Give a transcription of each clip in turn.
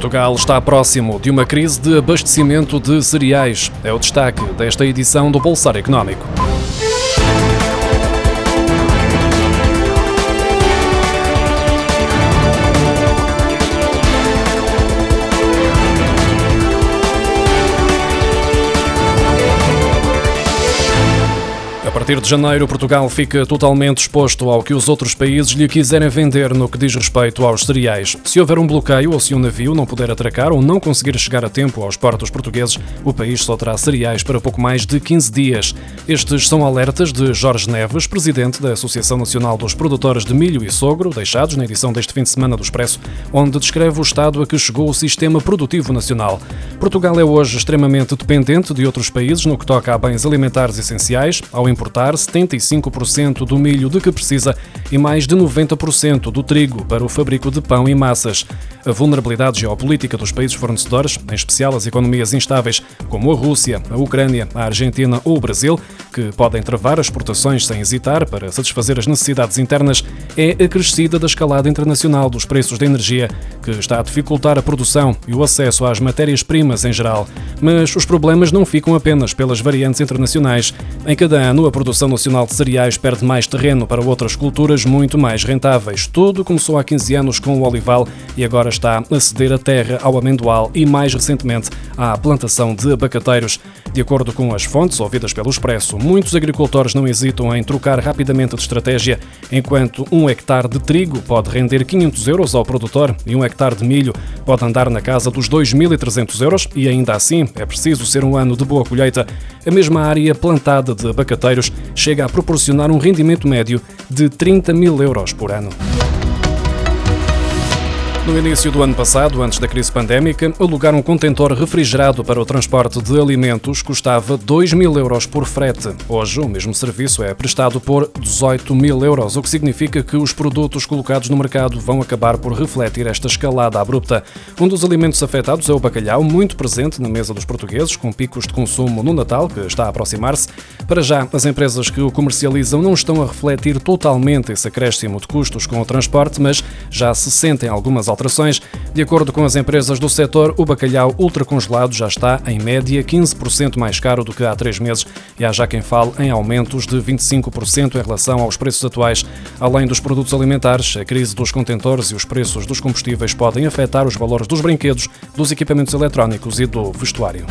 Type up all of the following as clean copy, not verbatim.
Portugal está próximo de uma crise de abastecimento de cereais. É o destaque desta edição do Pulsar Económico. A partir de janeiro, Portugal fica totalmente exposto ao que os outros países lhe quiserem vender no que diz respeito aos cereais. Se houver um bloqueio ou se um navio não puder atracar ou não conseguir chegar a tempo aos portos portugueses, o país só terá cereais para pouco mais de 15 dias. Estes são alertas de Jorge Neves, presidente da Associação Nacional dos Produtores de Milho e Sogro, deixados na edição deste fim de semana do Expresso, onde descreve o estado a que chegou o sistema produtivo nacional. Portugal é hoje extremamente dependente de outros países no que toca a bens alimentares essenciais, ao importar 75% do milho de que precisa e mais de 90% do trigo para o fabrico de pão e massas. A vulnerabilidade geopolítica dos países fornecedores, em especial as economias instáveis como a Rússia, a Ucrânia, a Argentina ou o Brasil, que podem travar as exportações sem hesitar para satisfazer as necessidades internas, é acrescida da escalada internacional dos preços da energia, que está a dificultar a produção e o acesso às matérias-primas em geral. Mas os problemas não ficam apenas pelas variantes internacionais. Em cada ano, a produção nacional de cereais perde mais terreno para outras culturas muito mais rentáveis. Tudo começou há 15 anos com o olival e agora está a ceder a terra ao amendoal e, mais recentemente, à plantação de abacateiros. De acordo com as fontes ouvidas pelo Expresso, muitos agricultores não hesitam em trocar rapidamente de estratégia. Enquanto 1 hectare de trigo pode render 500 euros ao produtor e 1 hectare de milho pode andar na casa dos 2.300 euros e ainda assim é preciso ser um ano de boa colheita, a mesma área plantada de abacateiros chega a proporcionar um rendimento médio de 30 mil euros por ano. No início do ano passado, antes da crise pandémica, alugar um contentor refrigerado para o transporte de alimentos custava 2 mil euros por frete. Hoje, o mesmo serviço é prestado por 18 mil euros, o que significa que os produtos colocados no mercado vão acabar por refletir esta escalada abrupta. Um dos alimentos afetados é o bacalhau, muito presente na mesa dos portugueses, com picos de consumo no Natal, que está a aproximar-se. Para já, as empresas que o comercializam não estão a refletir totalmente esse acréscimo de custos com o transporte, mas já se sentem algumas alterações. De acordo com as empresas do setor, o bacalhau ultracongelado já está, em média, 15% mais caro do que há 3 meses e há já quem fale em aumentos de 25% em relação aos preços atuais. Além dos produtos alimentares, a crise dos contentores e os preços dos combustíveis podem afetar os valores dos brinquedos, dos equipamentos eletrónicos e do vestuário.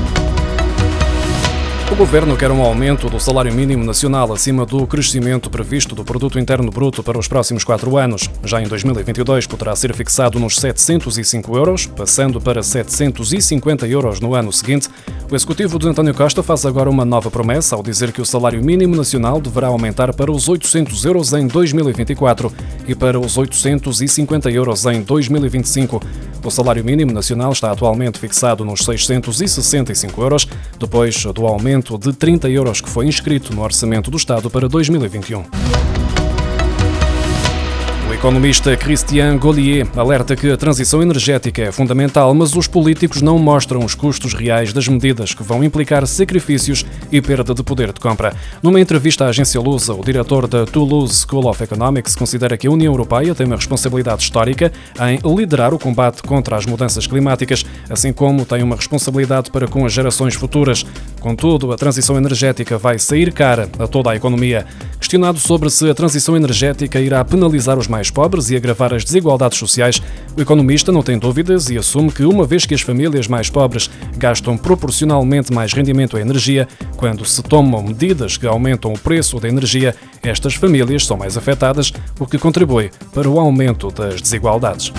O Governo quer um aumento do salário mínimo nacional acima do crescimento previsto do Produto Interno Bruto para os próximos 4 anos. Já em 2022 poderá ser fixado nos 705 euros, passando para 750 euros no ano seguinte. O Executivo de António Costa faz agora uma nova promessa ao dizer que o salário mínimo nacional deverá aumentar para os 800 euros em 2024 e para os 850 euros em 2025. O salário mínimo nacional está atualmente fixado nos 665 euros, depois do aumento de 30 euros que foi inscrito no Orçamento do Estado para 2021. O economista Christian Gollier alerta que a transição energética é fundamental, mas os políticos não mostram os custos reais das medidas que vão implicar sacrifícios e perda de poder de compra. Numa entrevista à agência Lusa, o diretor da Toulouse School of Economics considera que a União Europeia tem uma responsabilidade histórica em liderar o combate contra as mudanças climáticas, assim como tem uma responsabilidade para com as gerações futuras. Contudo, a transição energética vai sair cara a toda a economia. Questionado sobre se a transição energética irá penalizar os mais pobres e agravar as desigualdades sociais, o economista não tem dúvidas e assume que, uma vez que as famílias mais pobres gastam proporcionalmente mais rendimento em energia, quando se tomam medidas que aumentam o preço da energia, estas famílias são mais afetadas, o que contribui para o aumento das desigualdades.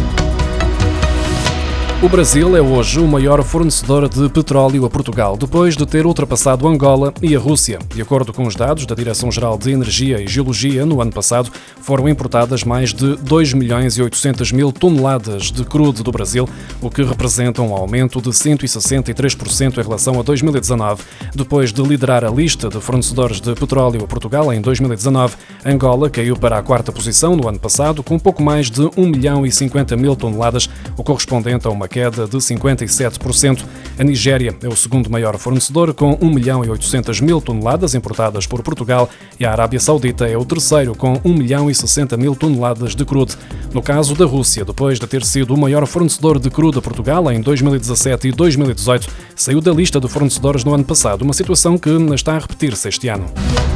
O Brasil é hoje o maior fornecedor de petróleo a Portugal, depois de ter ultrapassado Angola e a Rússia. De acordo com os dados da Direção-Geral de Energia e Geologia, no ano passado foram importadas mais de 2.800.000 toneladas de crudo do Brasil, o que representa um aumento de 163% em relação a 2019. Depois de liderar a lista de fornecedores de petróleo a Portugal em 2019, Angola caiu para a 4ª posição no ano passado, com pouco mais de 1.050.000 toneladas, o correspondente a uma uma queda de 57%. A Nigéria é o segundo maior fornecedor, com 1.800.000 toneladas importadas por Portugal, e a Arábia Saudita é o terceiro, com 1.060.000 toneladas de crudo. No caso da Rússia, depois de ter sido o maior fornecedor de crudo a Portugal em 2017 e 2018, saiu da lista de fornecedores no ano passado, uma situação que está a repetir-se este ano.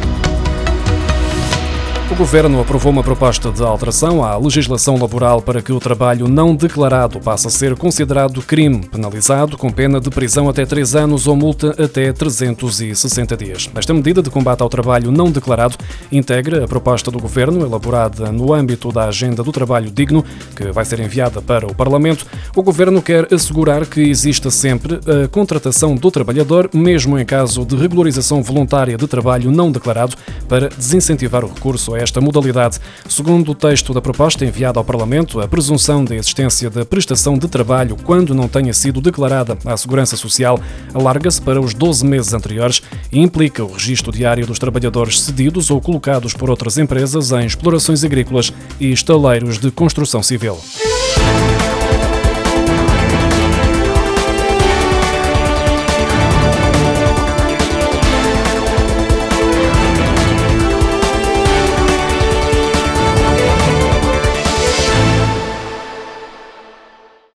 O Governo aprovou uma proposta de alteração à legislação laboral para que o trabalho não declarado passe a ser considerado crime, penalizado com pena de prisão até 3 anos ou multa até 360 dias. Esta medida de combate ao trabalho não declarado integra a proposta do Governo, elaborada no âmbito da Agenda do Trabalho Digno, que vai ser enviada para o Parlamento. O Governo quer assegurar que exista sempre a contratação do trabalhador, mesmo em caso de regularização voluntária de trabalho não declarado, para desincentivar o recurso a esta modalidade. Segundo o texto da proposta enviada ao Parlamento, a presunção da existência da prestação de trabalho quando não tenha sido declarada à Segurança Social alarga-se para os 12 meses anteriores e implica o registro diário dos trabalhadores cedidos ou colocados por outras empresas em explorações agrícolas e estaleiros de construção civil.